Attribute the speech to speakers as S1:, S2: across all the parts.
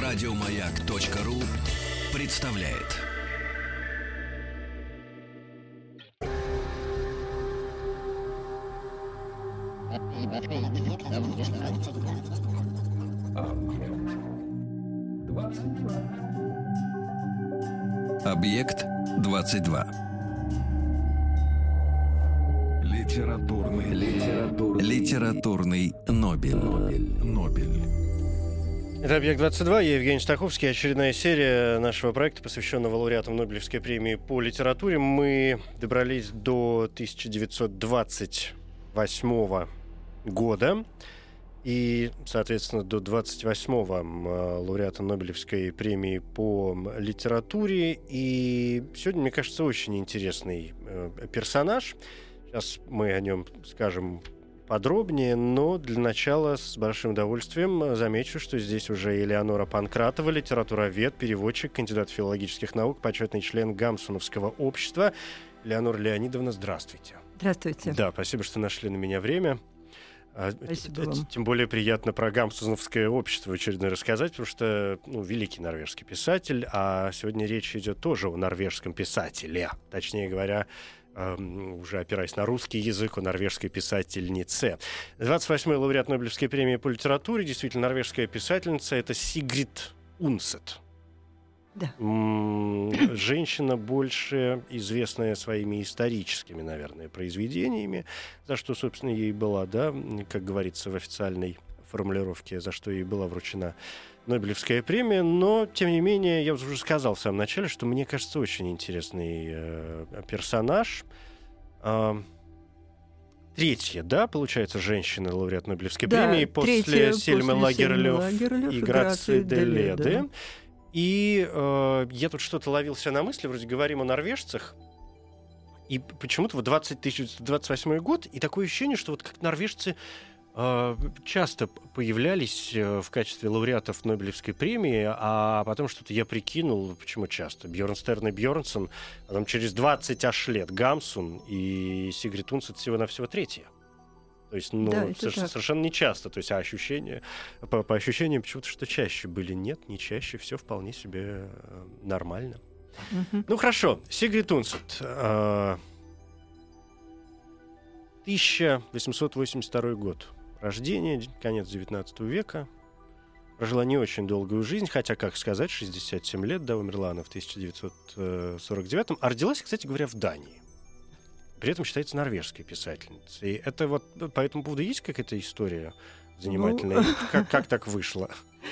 S1: Радиомаяк.ру представляет. Объект 22. Литературный Нобель.
S2: Это «Объект-22», я Евгений Стаховский. Очередная серия нашего проекта, посвященного лауреатам Нобелевской премии по литературе. Мы добрались до 1928 года. И, соответственно, до 28-го лауреата Нобелевской премии по литературе. И сегодня, мне кажется, очень интересный персонаж. Сейчас мы о нем скажем подробнее, но для начала с большим удовольствием замечу, что здесь уже Элеонора Панкратова, литературовед, переводчик, кандидат филологических наук, почетный член Гамсуновского общества. Элеонора Леонидовна, здравствуйте.
S3: Здравствуйте.
S2: Да, спасибо, что нашли на меня время.
S3: Спасибо вам.
S2: Тем более приятно про Гамсуновское общество в очередной рассказать, потому что великий норвежский писатель, а сегодня речь идет тоже о норвежском писателе, точнее говоря, уже опираясь на русский язык, о норвежской писательнице. 28-й лауреат Нобелевской премии по литературе, действительно норвежская писательница, это Сигрид Унсет.
S3: Да.
S2: Женщина, больше известная своими историческими, наверное, произведениями, за что, собственно, ей была, да, как говорится в официальной формулировке, за что ей была вручена Нобелевская премия. Но, тем не менее, я уже сказал в самом начале, что мне кажется, очень интересный персонаж. Третья, да, получается, женщина лауреат Нобелевской премии после Сельмы Лагерлёф и Грации Деледы. И я тут что-то ловился на мысли, вроде говорим о норвежцах, и почему-то вот 1928 год, и такое ощущение, что вот как норвежцы часто появлялись в качестве лауреатов Нобелевской премии, а потом что-то я прикинул, почему часто. Бьернстерн и Бьернсон, а там через 20 аж лет Гамсун и Сигрид Унсет всего-навсего третья. То есть, да, совершенно не часто. То есть, ощущения, по ощущениям почему-то, что чаще были. Нет, не чаще, все вполне себе нормально. Ну, хорошо. Сигрид Унсет. 1882 год. Рождение, конец 19 века. Прожила не очень долгую жизнь, хотя, как сказать, 67 лет, да, умерла она в 1949-м. А родилась, кстати говоря, в Дании. При этом считается норвежской писательницей. И это вот по этому поводу есть какая-то история занимательная? Как так вышло?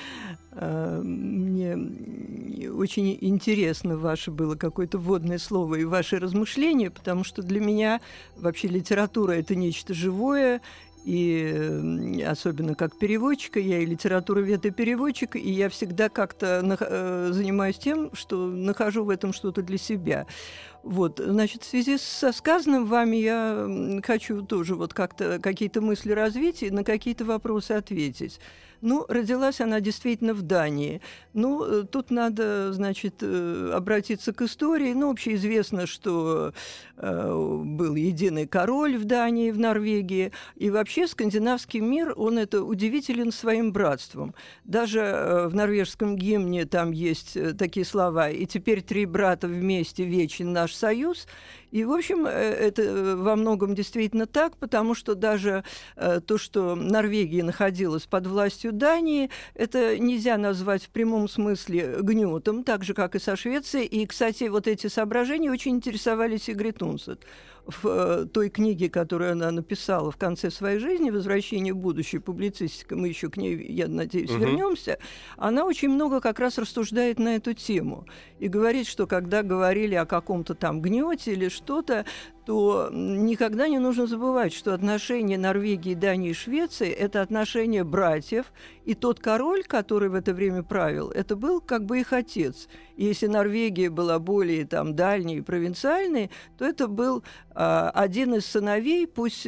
S3: Мне очень интересно ваше было какое-то вводное слово и ваши размышления, потому что для меня вообще литература — это нечто живое, и особенно как переводчика, я и литературовед, и переводчик, и я всегда как-то занимаюсь тем, что нахожу в этом что-то для себя. Вот, значит, в связи со сказанным вами я хочу тоже вот как-то какие-то мысли развить и на какие-то вопросы ответить. Ну, родилась она действительно в Дании. Ну, тут надо, значит, обратиться к истории. Ну, общеизвестно, что был единый король в Дании, в Норвегии. И вообще скандинавский мир, он это удивителен своим братством. Даже в норвежском гимне там есть такие слова: «И теперь три брата вместе, вечен наш союз». И, в общем, это во многом действительно так, потому что даже то, что Норвегия находилась под властью Дании, это нельзя назвать в прямом смысле гнетом, так же, как и со Швецией. И, кстати, вот эти соображения очень интересовали Сигрид Унсет. В той книге, которую она написала в конце своей жизни, «Возвращение в будущее», публицистика, мы еще к ней, я надеюсь, вернемся, она очень много как раз рассуждает на эту тему. И говорит, что когда говорили о каком-то там гнете или что-то, то никогда не нужно забывать, что отношения Норвегии, Дании и Швеции – это отношения братьев, и тот король, который в это время правил, это был как бы их отец. И если Норвегия была более там дальней и провинциальной, то это был один из сыновей, пусть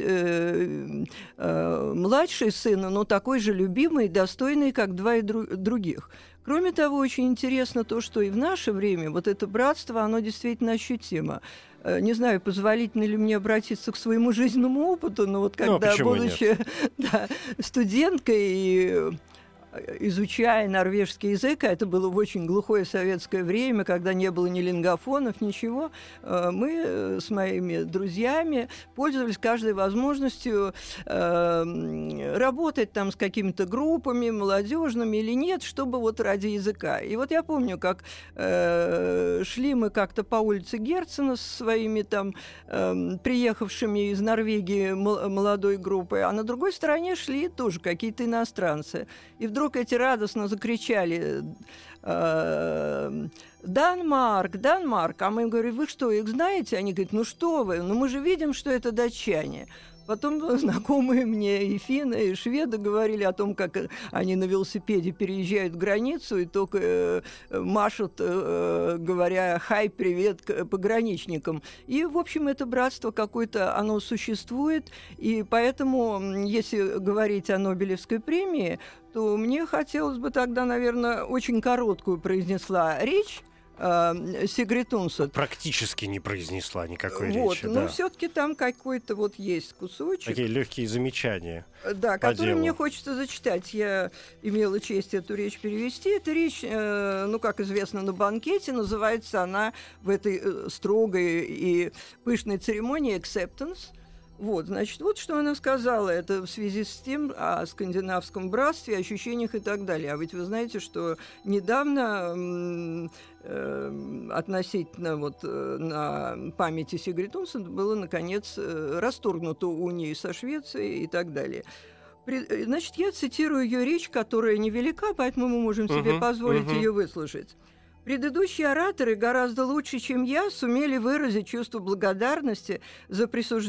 S3: младший сын, но такой же любимый и достойный, как два других. Кроме того, очень интересно то, что и в наше время вот это братство, оно действительно ощутимо. Не знаю, позволительно ли мне обратиться к своему жизненному опыту, но вот когда, будучи студенткой и изучая норвежский язык, а это было в очень глухое советское время, когда не было ни лингофонов, ничего, мы с моими друзьями пользовались каждой возможностью работать там с какими-то группами молодежными или нет, чтобы вот ради языка. И вот я помню, как шли мы как-то по улице Герцена со своими там приехавшими из Норвегии молодой группой, а на другой стороне шли тоже какие-то иностранцы. И вдруг эти радостно закричали: «Данмарк, Данмарк!» А мы говорим: «Вы что, их знаете?» Они говорят: «Ну что вы, ну мы же видим, что это датчане». Потом знакомые мне и финны, и шведы говорили о том, как они на велосипеде переезжают границу и только машут, говоря «хай, привет» пограничникам. И, в общем, это братство какое-то, оно существует, и поэтому, если говорить о Нобелевской премии, то мне хотелось бы тогда, наверное, очень короткую произнесла речь Сигрид Унсет.
S2: Практически не произнесла никакой
S3: вот,
S2: речи.
S3: Но
S2: да.
S3: все-таки там какой-то вот есть кусочек.
S2: Такие легкие замечания.
S3: Да, который мне хочется зачитать. Я имела честь эту речь перевести. Эта речь, ну, как известно, на банкете. Называется она в этой строгой и пышной церемонии «Acceptance». Вот, значит, вот что она сказала. Это в связи с тем о скандинавском братстве, ощущениях и так далее. А ведь вы знаете, что недавно относительно вот на памяти Сигрид Унсет было, наконец, расторгнута уния со Швецией и так далее. Значит, я цитирую ее речь, которая невелика, поэтому мы можем себе позволить ее выслушать. Предыдущие ораторы гораздо лучше, чем я, сумели выразить чувство благодарности за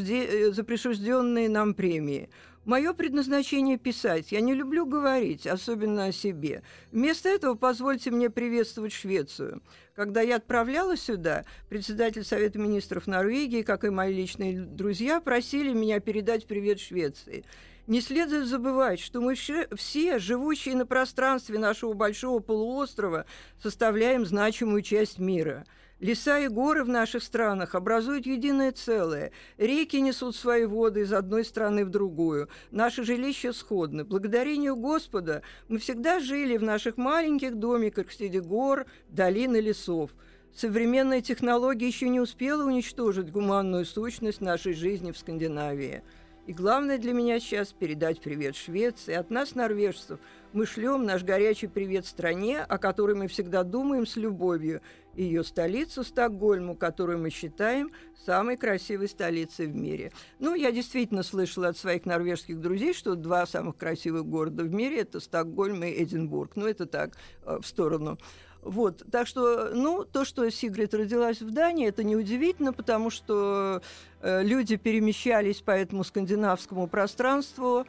S3: присужденные нам премии. Мое предназначение – писать. Я не люблю говорить, особенно о себе. Вместо этого позвольте мне приветствовать Швецию. Когда я отправлялась сюда, председатель Совета министров Норвегии, как и мои личные друзья, просили меня передать привет Швеции. Не следует забывать, что мы все, живущие на пространстве нашего большого полуострова, составляем значимую часть мира. Леса и горы в наших странах образуют единое целое. Реки несут свои воды из одной страны в другую. Наши жилища сходны. Благодарению Господа мы всегда жили в наших маленьких домиках среди гор, долин и лесов. Современная технология еще не успела уничтожить гуманную сущность нашей жизни в Скандинавии. И главное для меня сейчас передать привет Швеции. От нас, норвежцев, мы шлем наш горячий привет стране, о которой мы всегда думаем с любовью, и ее столицу Стокгольму, которую мы считаем самой красивой столицей в мире. Ну, я действительно слышала от своих норвежских друзей, что два самых красивых города в мире – это Стокгольм и Эдинбург. Ну, это так, в сторону. Вот, так что, ну, то, что Сигрид родилась в Дании, это неудивительно, потому что люди перемещались по этому скандинавскому пространству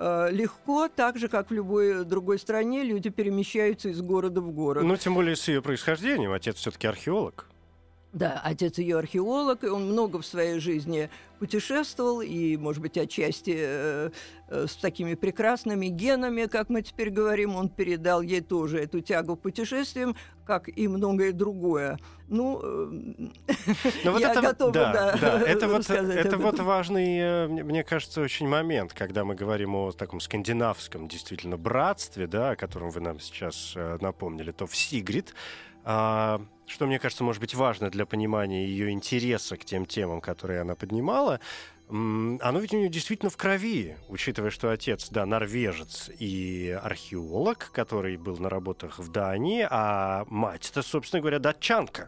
S3: легко, так же, как в любой другой стране люди перемещаются из города в город.
S2: Ну, тем более с ее происхождением. Отец все-таки археолог.
S3: Да, отец ее археолог, и он много в своей жизни путешествовал, и, может быть, отчасти с такими прекрасными генами, как мы теперь говорим, он передал ей тоже эту тягу к путешествиям, как и многое другое. Ну, я готова рассказать.
S2: Это вот важный, мне кажется, очень момент, когда мы говорим о таком скандинавском действительно братстве, да, о котором вы нам сейчас напомнили, то в Сигрид, что, мне кажется, может быть важно для понимания ее интереса к тем темам, которые она поднимала, оно ведь у нее действительно в крови, учитывая, что отец, да, норвежец и археолог, который был на работах в Дании, а мать-то, собственно говоря, датчанка.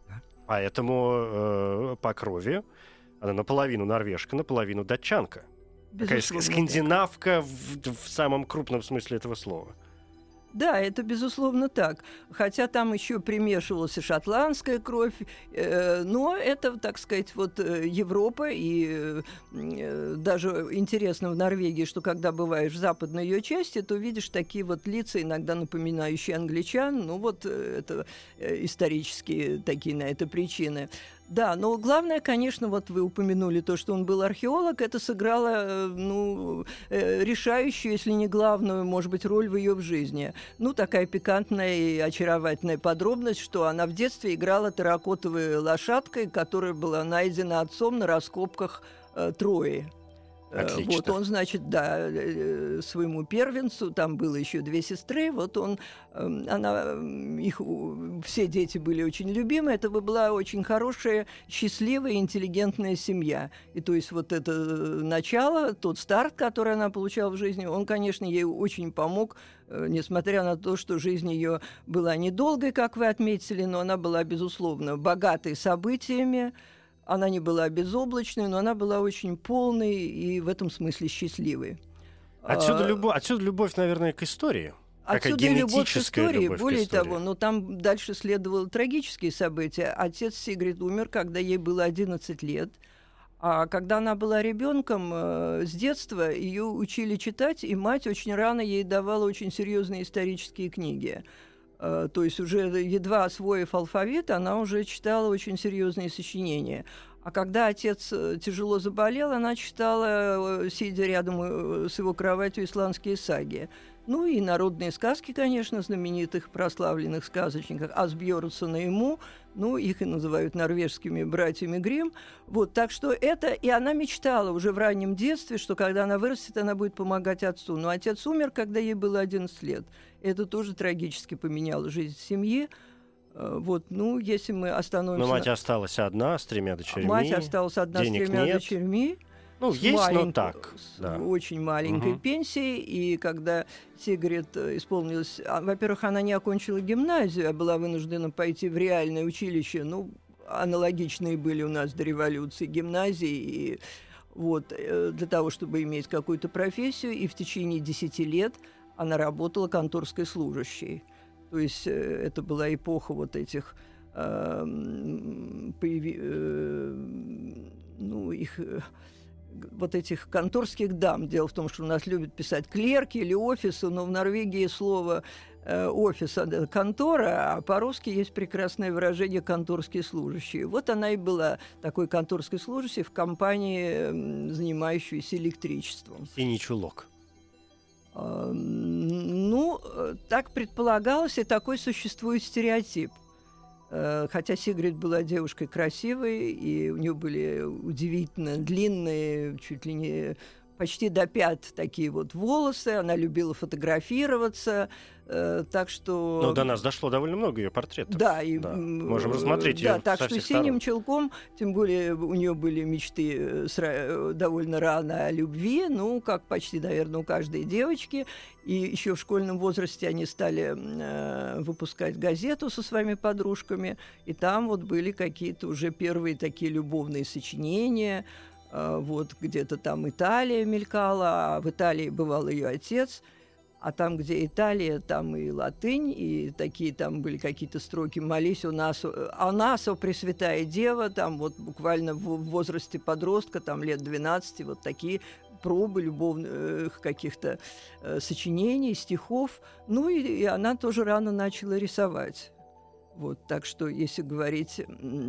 S2: Поэтому по крови она наполовину норвежка, наполовину датчанка. Такая скандинавка в самом крупном смысле этого слова.
S3: Да, это безусловно так. Хотя там еще примешивалась и шотландская кровь, но это, так сказать, вот Европа. И даже интересно в Норвегии, что когда бываешь в западной ее части, то видишь такие вот лица, иногда напоминающие англичан. Ну вот это исторические такие на это причины. Да, но главное, конечно, вот вы упомянули то, что он был археолог, это сыграло, ну, решающую, если не главную, может быть, роль в ее жизни. Ну, такая пикантная и очаровательная подробность, что она в детстве играла терракотовой лошадкой, которая была найдена отцом на раскопках Трои.
S2: Отлично.
S3: Вот он, значит, да, своему первенцу, там было еще 2 сестры, вот он, все дети были очень любимы, это была очень хорошая, счастливая, интеллигентная семья. И то есть вот это начало, тот старт, который она получала в жизни, он, конечно, ей очень помог, несмотря на то, что жизнь ее была недолгой, как вы отметили, но она была, безусловно, богатой событиями. Она не была безоблачной, но она была очень полной и в этом смысле счастливой.
S2: Отсюда любовь, наверное, к истории.
S3: Отсюда и любовь к истории. Более того, но там дальше следовало трагические события. Отец Сигрид умер, когда ей было 11 лет. А когда она была ребенком, с детства ее учили читать, и мать очень рано ей давала очень серьезные исторические книги. То есть уже едва освоив алфавит, она уже читала очень серьезные сочинения. А когда отец тяжело заболел, она читала, сидя рядом с его кроватью, исландские саги. Ну и народные сказки, конечно, знаменитых прославленных сказочников Асбьёрнсона и Му, ну, их и называют норвежскими братьями Гримм. Вот, так что это... И она мечтала уже в раннем детстве, что когда она вырастет, она будет помогать отцу. Но отец умер, когда ей было 11 лет. Это тоже трагически поменяло жизнь семьи. Вот, ну, если мы остановимся...
S2: Но мать осталась одна с 3 дочерьми.
S3: Мать осталась одна с 3 дочерьми.
S2: Ну, есть, но так.
S3: Да. С очень маленькой пенсией. И когда Сигрид исполнилось... Во-первых, она не окончила гимназию, а была вынуждена пойти в реальное училище. Ну, аналогичные были у нас до революции гимназии. И вот, для того, чтобы иметь какую-то профессию. И в течение 10 лет она работала конторской служащей. То есть это была эпоха вот этих... вот этих конторских дам. Дело в том, что у нас любят писать клерки или офисы, но в Норвегии слово офис – контора, а по-русски есть прекрасное выражение «конторские служащие». Вот она и была такой конторской служащей в компании, занимающейся электричеством.
S2: Синий чулок.
S3: Ну, так предполагалось, и такой существует стереотип. Хотя Сигрид была девушкой красивой, и у нее были удивительно длинные, чуть ли не почти до пят такие вот волосы. Она любила фотографироваться, так что...
S2: Но до нас дошло довольно много ее портретов.
S3: Да, и
S2: можем рассмотреть ее.
S3: Да, так что синим чулком, тем более у нее были мечты довольно рано о любви, ну, как почти, наверное, у каждой девочки. И еще в школьном возрасте они стали выпускать газету со своими подружками, и там вот были какие-то уже первые такие любовные сочинения. Вот где-то там Италия мелькала, а в Италии бывал ее отец. А там, где Италия, там и латынь, и такие там были какие-то строки «Молись у нас, о нас, о Пресвятая Дева», там вот буквально в возрасте подростка, там лет 12, вот такие пробы любовных каких-то сочинений, стихов. Ну и она тоже рано начала рисовать. Вот, так что, если говорить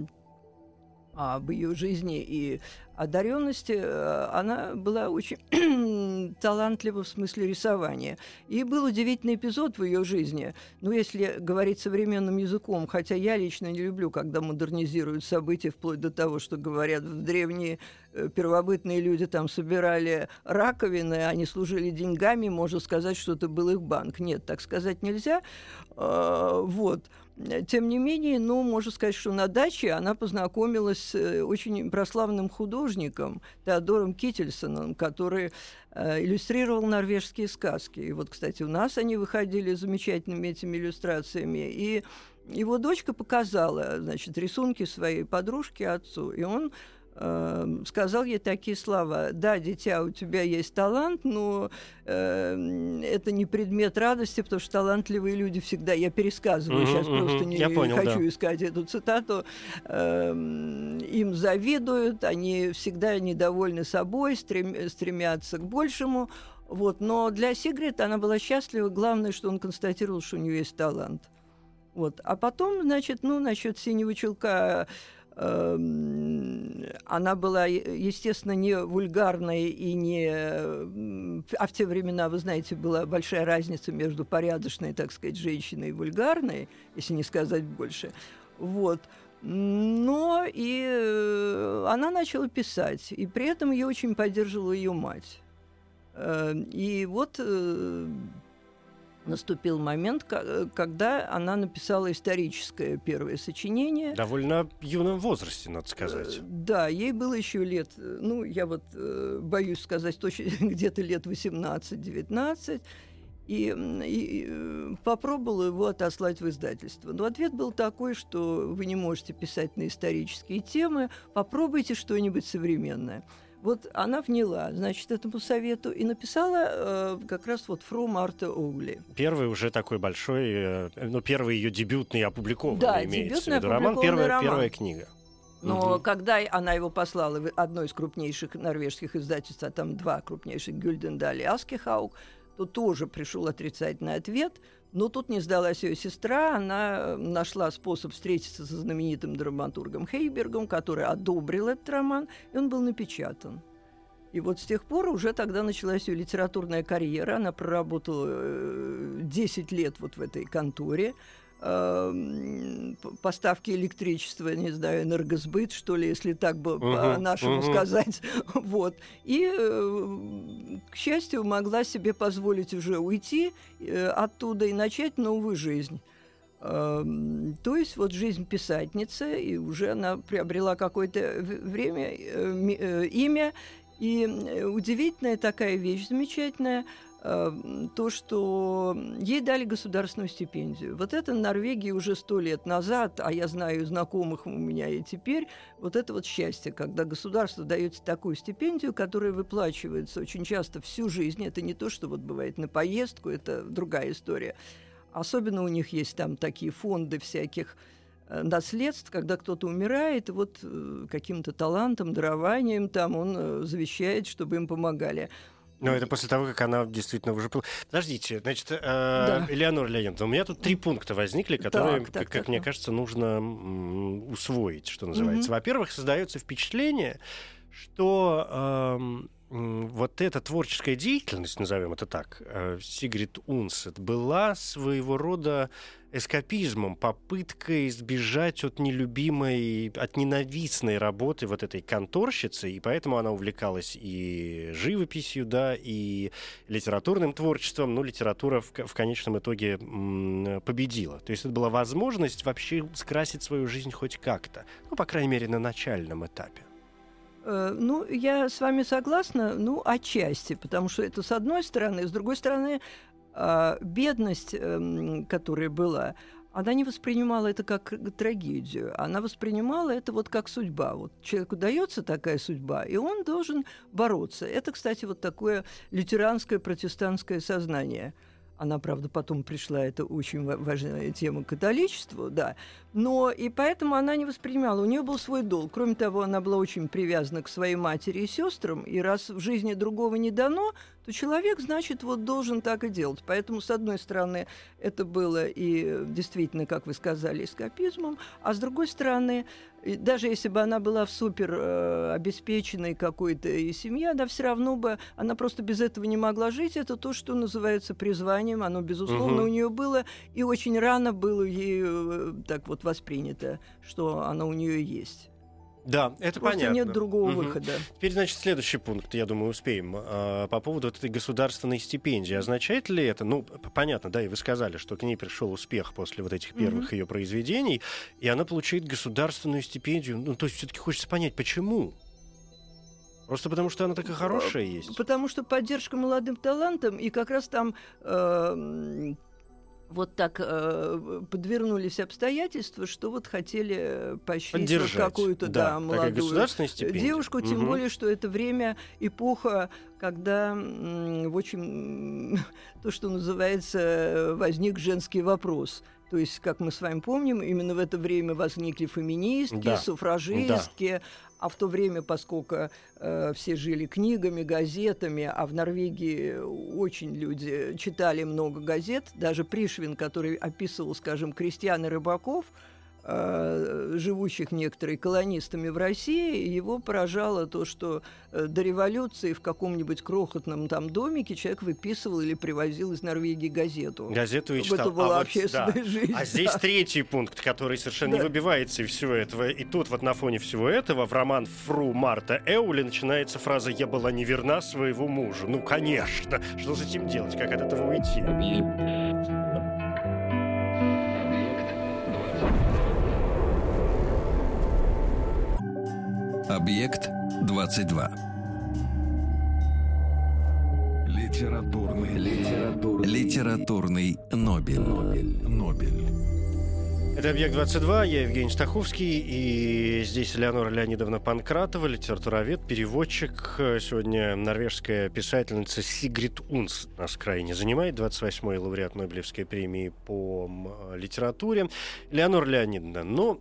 S3: об ее жизни и одаренности, она была очень талантлива в смысле рисования. И был удивительный эпизод в ее жизни. Ну, если говорить современным языком, хотя я лично не люблю, когда модернизируют события, вплоть до того, что говорят, в древние первобытные люди там собирали раковины, они служили деньгами, можно сказать, что это был их банк. Нет, так сказать нельзя. Вот. Тем не менее, ну, можно сказать, что на даче она познакомилась с очень прославленным художником Теодором Кительсоном, который иллюстрировал норвежские сказки. И вот, кстати, у нас они выходили замечательными этими иллюстрациями. И его дочка показала, значит, рисунки своей подружки отцу, и он сказал ей такие слова: «Да, дитя, у тебя есть талант, но это не предмет радости, потому что талантливые люди всегда...» Я пересказываю, сейчас просто не хочу искать эту цитату. «Им завидуют, они всегда недовольны собой, стремятся к большему». Вот. Но для Сигрид она была счастлива. Главное, что он констатировал, что у нее есть талант. Вот. А потом, значит, ну, насчет синего чулка... Она была, естественно, не вульгарной и не... А в те времена, вы знаете, была большая разница между порядочной, так сказать, женщиной и вульгарной, если не сказать больше. Вот. Но и она начала писать, и при этом ее очень поддерживала ее мать. И вот наступил момент, когда она написала историческое первое сочинение.
S2: Довольно юном возрасте, надо сказать.
S3: Да, ей было еще лет, ну, я вот боюсь сказать точно, где-то лет 18-19. И попробовала его отослать в издательство. Но ответ был такой, что вы не можете писать на исторические темы, попробуйте что-нибудь современное. Вот она вняла, значит, этому совету и написала как раз вот «Фру Марта Огли».
S2: Первый уже такой большой, ну, первый ее дебютный опубликованный,
S3: да,
S2: имеется в виду роман, первая книга.
S3: Но когда она его послала в одно из крупнейших норвежских издательств, а там два крупнейших, Гюльдендаль и Аскехауг, то тоже пришел отрицательный ответ. Но тут не сдалась ее сестра, она нашла способ встретиться со знаменитым драматургом Хейбергом, который одобрил этот роман, и он был напечатан. И вот с тех пор уже тогда началась ее литературная карьера. Она проработала 10 лет вот в этой конторе. Поставки электричества, не знаю, энергосбыт, что ли, если так бы по-нашему сказать. Вот. И, к счастью, могла себе позволить уже уйти оттуда и начать новую жизнь. То есть вот жизнь писательницы, и уже она приобрела какое-то время, имя. И удивительная такая вещь, замечательная, то, что ей дали государственную стипендию. Вот это в Норвегии уже 100 лет назад, а я знаю знакомых у меня и теперь, вот это вот счастье, когда государство дает такую стипендию, которая выплачивается очень часто всю жизнь. Это не то, что вот бывает на поездку, это другая история. Особенно у них есть там такие фонды всяких наследств, когда кто-то умирает, и вот каким-то талантом, дарованием там он завещает, чтобы им помогали.
S2: Но это после того, как она действительно уже... Подождите, значит, да. Элеонора Леонидовна, у меня тут 3 пункта возникли, которые, как мне кажется, нужно усвоить, что называется. Во-первых, создается впечатление, что вот эта творческая деятельность, назовем это так, Сигрид Унсет, была своего рода эскапизмом, попыткой избежать от нелюбимой, от ненавистной работы вот этой конторщицы, и поэтому она увлекалась и живописью, да, и литературным творчеством, но литература в конечном итоге победила. То есть это была возможность вообще скрасить свою жизнь хоть как-то, ну, по крайней мере, на начальном этапе.
S3: Ну, я с вами согласна, ну, отчасти, потому что это с одной стороны, с другой стороны, бедность, которая была, она не воспринимала это как трагедию, она воспринимала это вот как судьба. Вот человеку дается такая судьба, и он должен бороться. Это, кстати, вот такое лютеранское протестантское сознание. Она, правда, потом пришла, это очень важная тема, к католичеству, да. Но и поэтому она не воспринимала. У нее был свой долг. Кроме того, она была очень привязана к своей матери и сестрам. И раз в жизни другого не дано, то человек, значит, вот должен так и делать. Поэтому, с одной стороны, это было и действительно, как вы сказали, эскапизмом. А с другой стороны, даже если бы она была в супер обеспеченной какой-то и семье, она все равно бы, она просто без этого не могла жить. Это то, что называется призванием. Оно, безусловно, у нее было. И очень рано было ей так вот воспринято, что оно у нее есть.
S2: Да, это
S3: просто
S2: понятно.
S3: Нет другого выхода.
S2: Теперь, значит, следующий пункт, я думаю, успеем. По поводу этой государственной стипендии. Означает ли это, ну, понятно, да, и вы сказали, что к ней пришел успех после вот этих первых ее произведений, и она получает государственную стипендию. Ну, то есть все-таки хочется понять, почему? Просто потому, что она такая хорошая есть?
S3: Потому что поддержка молодым талантам, и как раз там... вот так подвернулись обстоятельства, что вот хотели поощрить вот какую-то молодую девушку, тем более, что это время, эпоха, когда, в общем, то, что называется, возник женский вопрос. То есть, как мы с вами помним, именно в это время возникли феминистки, суфражистки, а в то время, поскольку все жили книгами, газетами, а в Норвегии очень люди читали много газет, даже Пришвин, который описывал, скажем, крестьян и рыбаков, живущих некоторыми колонистами в России, его поражало то, что до революции в каком-нибудь крохотном там домике человек выписывал или привозил из Норвегии газету.
S2: Газету и читал.
S3: Это была общественная жизнь.
S2: А здесь третий пункт, который совершенно не выбивается из всего этого. И тут вот на фоне всего этого в роман «Фру» Марта Эули начинается фраза «Я была неверна своего мужу». Ну, конечно. Что с этим делать? Как от этого уйти?
S1: Объект 22. Литературный Нобель.
S2: Это «Объект-22», я Евгений Стаховский, и здесь Элеонора Леонидовна Панкратова, литературовед, переводчик. Сегодня норвежская писательница Сигрид Унс нас крайне занимает, 28-й лауреат Нобелевской премии по литературе. Элеонора Леонидовна,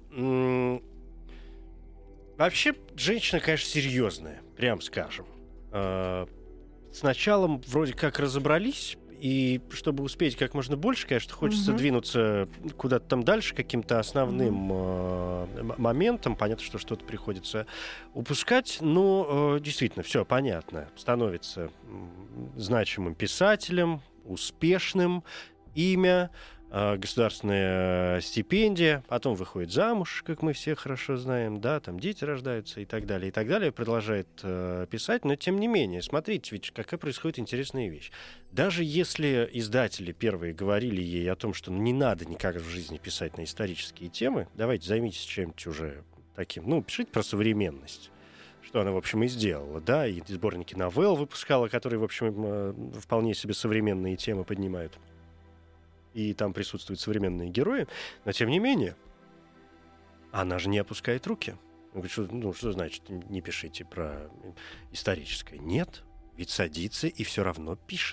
S2: вообще женщина, конечно, серьезная, прям скажем. С началом вроде как разобрались, и чтобы успеть как можно больше, конечно, хочется двинуться куда-то там дальше, каким-то основным моментом. Понятно, что что-то приходится упускать, но действительно, все понятно. Становится значимым писателем, успешным, имя, государственная стипендия, потом выходит замуж, как мы все хорошо знаем, да, там дети рождаются и так далее, продолжает писать, но тем не менее, смотрите, ведь какая происходит интересная вещь. Даже если издатели первые говорили ей о том, что не надо никак в жизни писать на исторические темы, давайте займитесь чем-нибудь уже таким, пишите про современность, что она, в общем, и сделала, да, и сборники новелл выпускала, которые, в общем, вполне себе современные темы поднимают. И там присутствуют современные герои, но тем не менее, она же не опускает руки. Что значит не пишите про историческое? Нет, ведь садится и все равно пишет.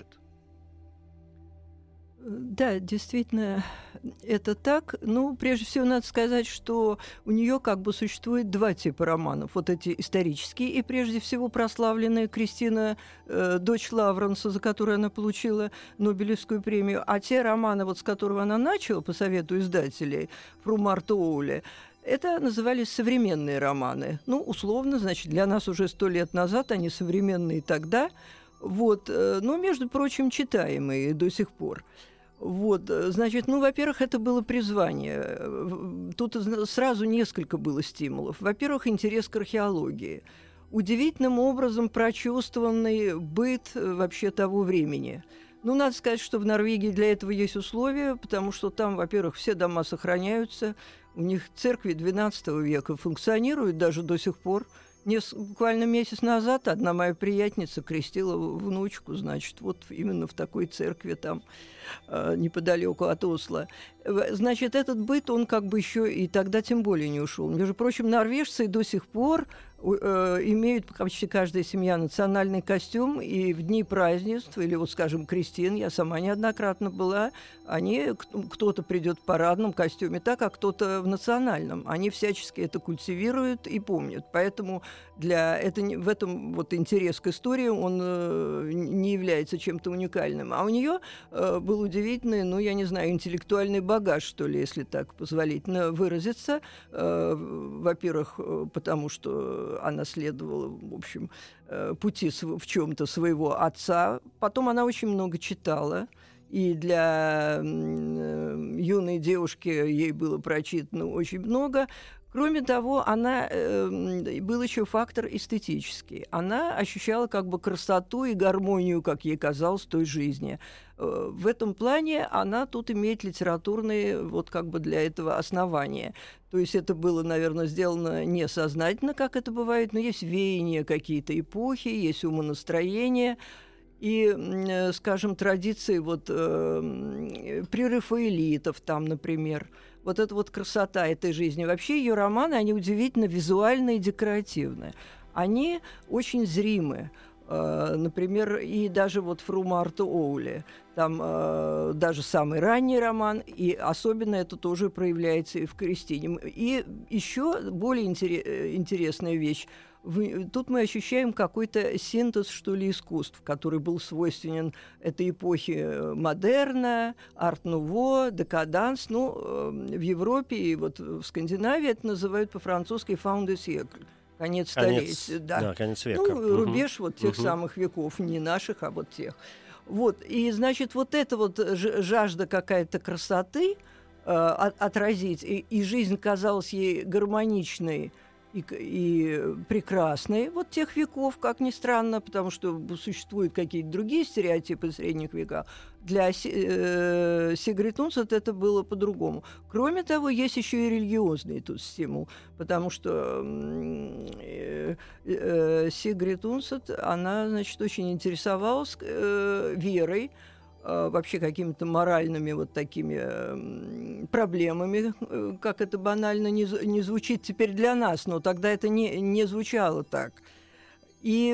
S3: Да, действительно, это так. Прежде всего, надо сказать, что у нее как бы существует два типа романов. Вот эти исторические и, прежде всего, прославленная Кристина, дочь Лавренса, за которую она получила Нобелевскую премию. А те романы, вот с которого она начала, по совету издателей, «Фру Марта Эули», это назывались современные романы. Условно, значит, для нас уже 100 лет назад, они современные тогда. Но, между прочим, читаемые до сих пор. Значит, во-первых, это было призвание. Тут сразу несколько было стимулов. Во-первых, интерес к археологии. Удивительным образом прочувствованный быт вообще того времени. Надо сказать, что в Норвегии для этого есть условия, потому что там, во-первых, все дома сохраняются, у них церкви XII века функционируют даже до сих пор. Буквально месяц назад одна моя приятельница крестила внучку, значит, вот именно в такой церкви там, неподалеку от Осло. Значит, этот быт, он как бы еще и тогда тем более не ушел. Между прочим, норвежцы до сих пор имеют почти каждая семья национальный костюм, и в дни празднеств, или скажем, крестин, я сама неоднократно была, кто-то придет в парадном костюме так, а кто-то в национальном. Они всячески это культивируют и помнят. Поэтому в этом интерес к истории, он не является чем-то уникальным. А у нее был удивительный, я не знаю, интеллектуальный багаж, что ли, если так позволительно выразиться. Во-первых, потому что она следовала, в общем, пути в чем-то своего отца. Потом она очень много читала. И для юной девушки ей было прочитано очень много. Кроме того, был еще фактор эстетический. Она ощущала как бы красоту и гармонию, как ей казалось, той жизни. В этом плане она тут имеет литературные для этого основания. То есть это было, наверное, сделано несознательно, как это бывает, но есть веяния какие-то эпохи, есть умонастроения. И, скажем, традиции прерафаэлитов там, например. Эта красота этой жизни. Вообще ее романы, они удивительно визуальные и декоративные. Они очень зримы. Например, и даже «Фру Марта Эули», там даже самый ранний роман, и особенно это тоже проявляется и в «Кристине». И еще более интересная вещь. тут мы ощущаем какой-то синтез, что ли, искусств, который был свойственен этой эпохе модерна, арт-нуво, декаданс. В Европе и вот в Скандинавии это называют по-французски «fin de siècle». Конец столетия.
S2: Да, конец века.
S3: Рубеж вот тех самых веков, не наших, а вот тех. Вот. И, значит, вот эта вот жажда какая-то красоты отразить, и жизнь казалась ей гармоничной, и прекрасные вот тех веков, как ни странно, потому что существуют какие-то другие стереотипы средних веков. Для Сигрид Унсет это было по-другому. Кроме того, есть еще и религиозный тут стимул, потому что Сигрид Унсет, она, значит, очень интересовалась верой, вообще какими-то моральными вот такими проблемами, как это банально не звучит теперь для нас, но тогда это не звучало так. И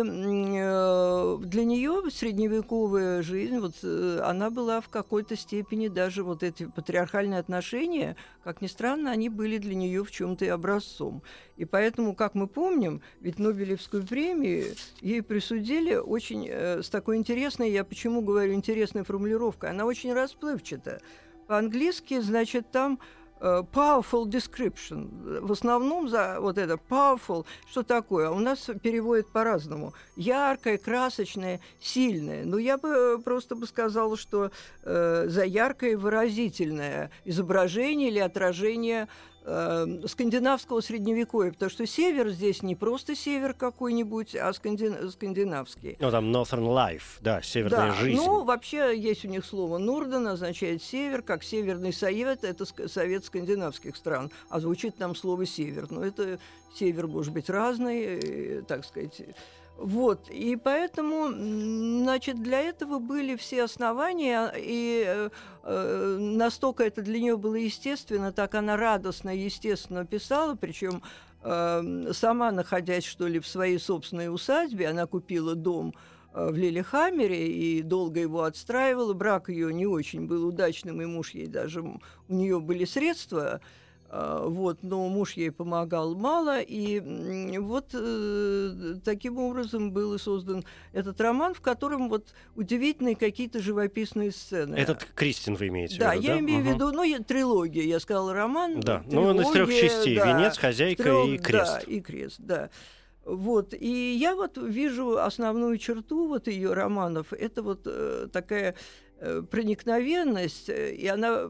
S3: для нее средневековая жизнь, вот, она была в какой-то степени, даже вот эти патриархальные отношения, как ни странно, они были для нее в чем-то и образцом. И поэтому, как мы помним, ведь Нобелевскую премию ей присудили очень с такой интересной, я почему говорю интересной формулировкой, она очень расплывчата. По-английски, значит, там powerful description. В основном за вот это powerful, что такое? У нас переводят по-разному. Яркое, красочное, сильное. Но я бы просто сказала, что за яркое выразительное изображение или отражение скандинавского средневековья, потому что север здесь не просто север какой-нибудь, а скандинавский.
S2: Ну, там Northern Life, да, северная жизнь.
S3: Ну, вообще есть у них слово «Норден», означает «север», как «Северный совет», это совет скандинавских стран, а звучит там слово «север». Но это север может быть разный, так сказать. Вот, и поэтому, значит, для этого были все основания, и настолько это для нее было естественно, так она радостно и естественно писала, причем сама, находясь, что ли, в своей собственной усадьбе, она купила дом в Лилихаммере и долго его отстраивала. Брак ее не очень был удачным, и муж ей даже... У нее были средства, вот, но муж ей помогал мало, и вот таким образом был и создан этот роман, в котором вот удивительные какие-то живописные сцены.
S2: Этот Кристин вы имеете в виду,
S3: да? Я имею в виду, трилогия, я сказала роман.
S2: Да, ну он из 3 частей, да, венец, хозяйка и крест.
S3: Да, и крест, да. Вот, и я вот вижу основную черту вот ее романов, это вот такая проникновенность, и она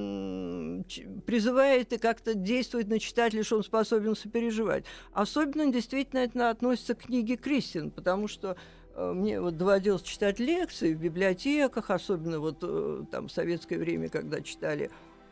S3: призывает и как-то действует на читателя, что он способен сопереживать. Особенно действительно это относится к книге Кристин, потому что мне вот доводилось читать лекции в библиотеках, особенно вот там в советское время, когда читали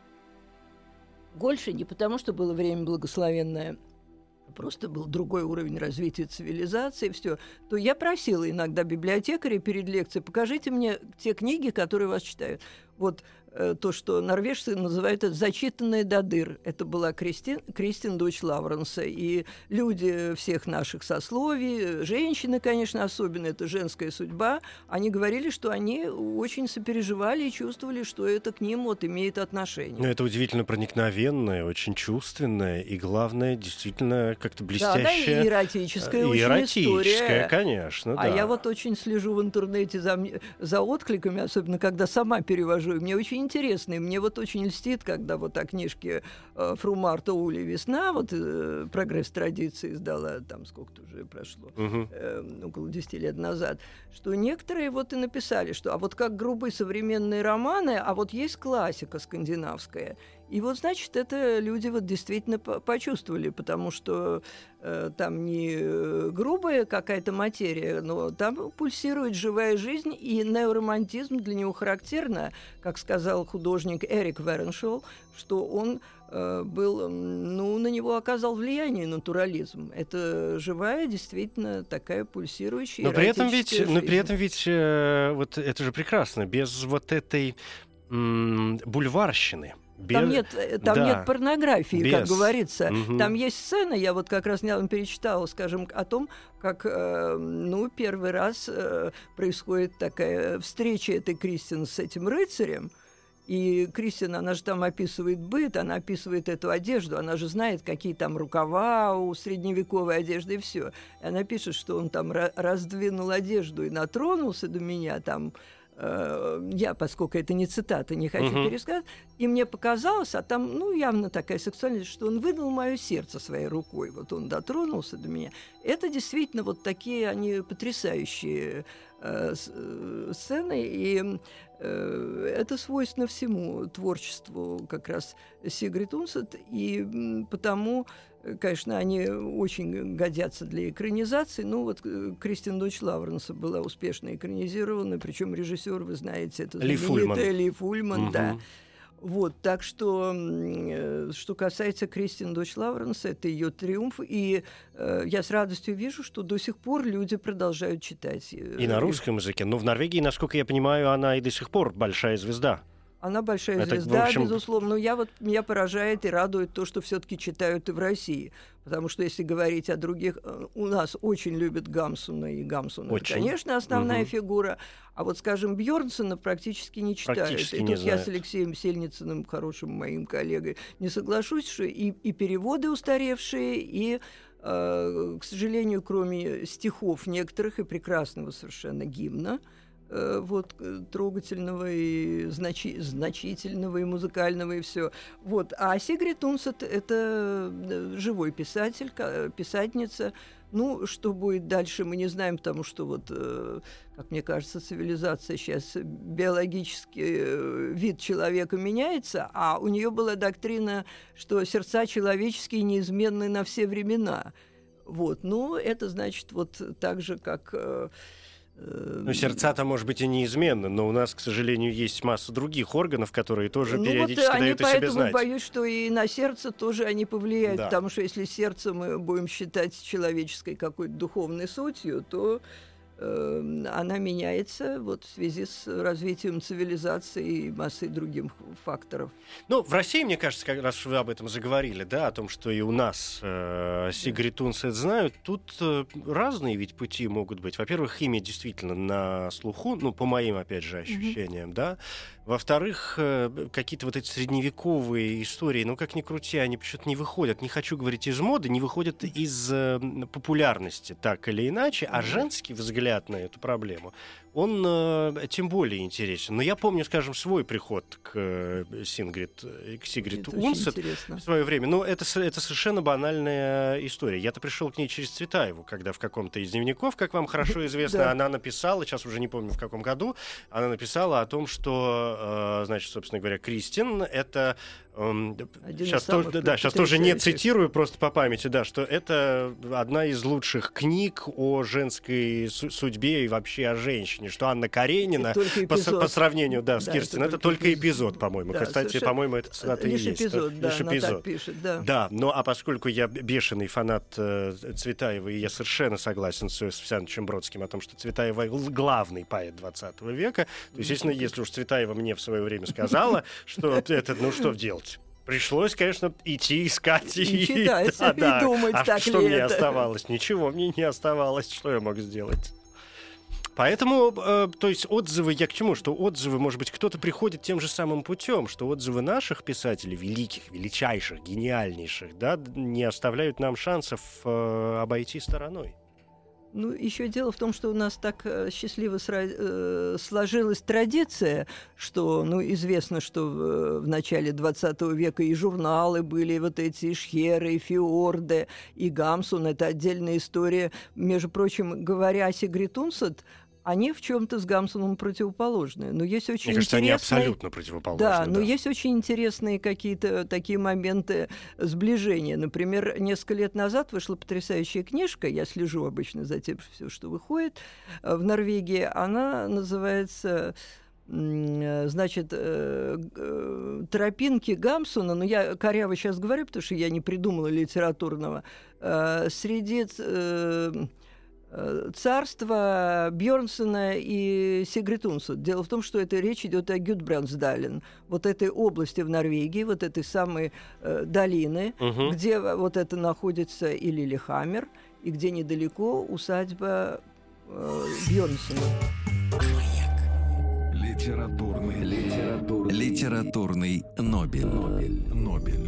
S3: Гольше, не потому что было время благословенное, просто был другой уровень развития цивилизации, все, то я просила иногда библиотекаря перед лекцией: покажите мне те книги, которые вас читают. Вот то, что норвежцы называют это «зачитанная до дыр». Это была Кристин, дочь Лавренса. И люди всех наших сословий, женщины, конечно, особенно, это женская судьба, они говорили, что они очень сопереживали и чувствовали, что это к ним вот имеет отношение.
S2: Ну, это удивительно проникновенное, очень чувственное и, главное, действительно как-то блестящее.
S3: Да, и эротическая очень
S2: эротическая, конечно, да.
S3: А я вот очень слежу в интернете за откликами, особенно когда сама перевожу. И мне очень интересно, и мне вот очень льстит, когда вот о книжке Фру Марта Ули «Весна», вот «Прогресс традиции» издала, там сколько-то уже прошло, около 10 лет назад, что некоторые вот и написали, что а вот как грубые современные романы, а вот есть классика скандинавская. И вот, значит, это люди вот действительно почувствовали, потому что там не грубая какая-то материя, но там пульсирует живая жизнь, и неоромантизм для него характерно, как сказал художник Эрик Вереншол, что он был, на него оказал влияние натурализм. Это живая, действительно, такая пульсирующая эротическая жизнь.
S2: Но при этом ведь вот это же прекрасно, без вот этой бульварщины.
S3: Там нет порнографии, как говорится. Там есть сцена, я вот как раз недавно перечитала, скажем, о том, как первый раз происходит такая встреча этой Кристин с этим рыцарем, И Кристин, она же там описывает быт, она описывает эту одежду, она же знает, какие там рукава у средневековой одежды и все. И она пишет, что он там раздвинул одежду и натронулся до меня там. Я, поскольку это не цитата, не хочу пересказать, и мне показалось, а там, ну, явно такая сексуальность, что он выдал мое сердце своей рукой, вот он дотронулся до меня. Это действительно вот такие, они потрясающие сцены, и это свойственно всему творчеству как раз Сигрид Унсет, и потому, конечно, они очень годятся для экранизации. Ну, вот «Кристин, дочь Лавренса» была успешно экранизирована, причем режиссер, вы знаете, это знаменитый Ли Фульман, да. Вот, так что, что касается Кристин, дочь Лавренса, это ее триумф, и я с радостью вижу, что до сих пор люди продолжают читать.
S2: И на русском языке, но в Норвегии, насколько я понимаю, она и до сих пор большая звезда.
S3: Она большая звезда, безусловно. Но меня поражает и радует то, что все-таки читают и в России. Потому что, если говорить о других... У нас очень любят Гамсуна, и Гамсун, это, конечно, основная фигура. А вот, скажем, Бьёрнсона практически не читают. И тут я с Алексеем Сельницыным, хорошим моим коллегой, не соглашусь, что и переводы устаревшие, и, к сожалению, кроме стихов некоторых и прекрасного совершенно гимна, вот, трогательного и значительного и музыкального и все. Вот. А Сигрид Унсет — это живой писатель, писательница. Ну, что будет дальше, мы не знаем, потому что вот, как мне кажется, цивилизация сейчас, биологический вид человека меняется, а у нее была доктрина, что сердца человеческие неизменны на все времена. Вот. Ну, это значит вот так же, как...
S2: Ну, сердца-то, может быть, и неизменны, но у нас, к сожалению, есть масса других органов, которые тоже периодически
S3: вот
S2: дают о себе знать.
S3: Поэтому боюсь, что и на сердце тоже они повлияют, потому что если сердце мы будем считать человеческой какой-то духовной сутью, то она меняется вот в связи с развитием цивилизации и массой других факторов.
S2: Ну, в России, мне кажется, как раз вы об этом заговорили, да, о том, что и у нас Сигрид Унсет знают, тут разные ведь пути могут быть. Во-первых, имя действительно на слуху, ну, по моим, опять же, ощущениям, да. Во-вторых, какие-то вот эти средневековые истории, ну, как ни крути, они почему-то не выходят, не хочу говорить из моды, не выходят из популярности, так или иначе, а женский взгляд на эту проблему, он тем более интересен. Но я помню, скажем, свой приход к Сигрид Унсет в свое время. Но это совершенно банальная история. Я-то пришел к ней через Цветаеву, когда в каком-то из дневников, как вам хорошо известно, она написала, сейчас уже не помню в каком году, она написала о том, что, значит, собственно говоря, Кристин — это... Сейчас тоже не цитирую, просто по памяти, да, что это одна из лучших книг о женской судьбе и вообще о женщине, что Анна Каренина по сравнению, с Кирстин, это только эпизод, по-моему. Да, кстати, по-моему, это цитата и есть.
S3: Эпизод, да, лишь эпизод. Так пишет, да.
S2: Да, но а поскольку я бешеный фанат Цветаевой, и я совершенно согласен с Александром Бродским о том, что Цветаева главный поэт 20 века, то, естественно, если уж Цветаева мне в свое время сказала, что это, ну что делать? Пришлось, конечно, идти искать и читать, и думать, а так что мне оставалось? Ничего мне не оставалось, что я мог сделать. Поэтому, то есть отзывы, я к чему? Что отзывы, может быть, кто-то приходит тем же самым путем, что отзывы наших писателей, великих, величайших, гениальнейших, да, не оставляют нам шансов обойти стороной.
S3: Ну, еще дело в том, что у нас так счастливо сложилась традиция, что, ну, известно, что в начале 20 века и журналы были, вот эти и Шхеры, и Фиорде, и Гамсун, это отдельная история. Между прочим, говоря о Сигрид Унсет, они в чем-то с Гамсуном противоположны. Но есть очень
S2: Мне кажется, они абсолютно противоположны.
S3: Да, но есть очень интересные какие-то такие моменты сближения. Например, несколько лет назад вышла потрясающая книжка, я слежу обычно за тем, все, что выходит в Норвегии. Она называется... Значит, «Тропинки Гамсуна», но я коряво сейчас говорю, потому что я не придумала литературного, среди... царство Бьёрнсона и Сигрид Унсет. Дело в том, что это речь идет о Гюдбрандсдален, вот этой области в Норвегии, вот этой самой долины, где вот это находится и Лилихаммер, и где недалеко усадьба Бьёрнсона.
S1: Литературный Литературный Нобель.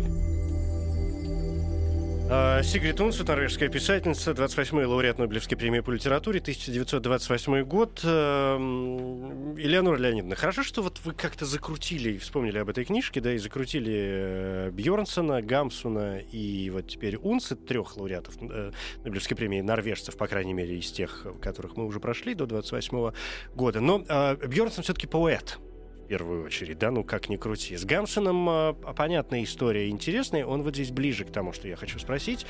S2: Сигрид Унсет, норвежская писательница, 28-й лауреат Нобелевской премии по литературе, 1928 год. Элеонора Леонидовна, хорошо, что вот вы как-то закрутили и вспомнили об этой книжке, да, и закрутили Бьорнсона, Гамсуна и вот теперь Унсет, 3 лауреатов Нобелевской премии, норвежцев, по крайней мере, из тех, которых мы уже прошли до 28 года. Но Бьорнсон все-таки поэт. В первую очередь, да, ну как ни крути. С Гамсуном понятная история, интересная. Он вот здесь ближе к тому, что я хочу спросить,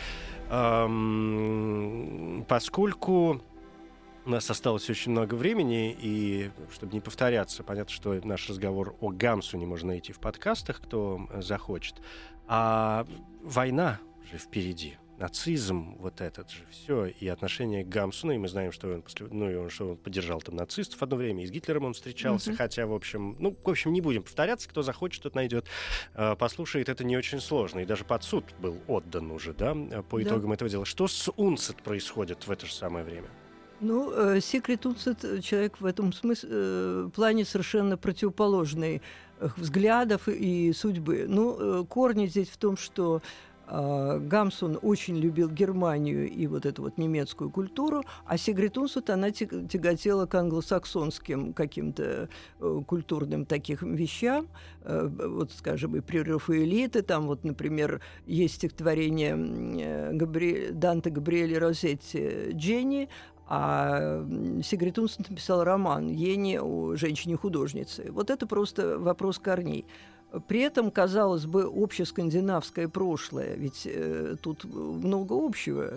S2: поскольку у нас осталось очень много времени, и чтобы не повторяться, понятно, что наш разговор о Гамсуне можно найти в подкастах, кто захочет. А война же впереди. Нацизм, вот этот же, все, и отношение к Гамсуну, и мы знаем, что он поддержал там нацистов одно время, и с Гитлером он встречался, хотя, в общем, не будем повторяться, кто захочет, тот найдет, послушает, это не очень сложно, и даже под суд был отдан уже, да, по итогам этого дела. Что с Унсет происходит в это же самое время?
S3: Ну, Сигрид Унсет человек в этом плане совершенно противоположный взглядов и судьбы. Ну, корни здесь в том, что Гамсун очень любил Германию и вот эту вот немецкую культуру, а Сигрид Унсет, она тяготела к англосаксонским каким-то культурным таким вещам. Вот, скажем, и при Рафаэлите, там вот, например, есть стихотворение Данте Габриэля Розетти «Дженни», а Сигрид Унсет написал роман «Ени» о женщине-художнице. Вот это просто вопрос корней. При этом, казалось бы, общескандинавское прошлое, ведь тут много общего.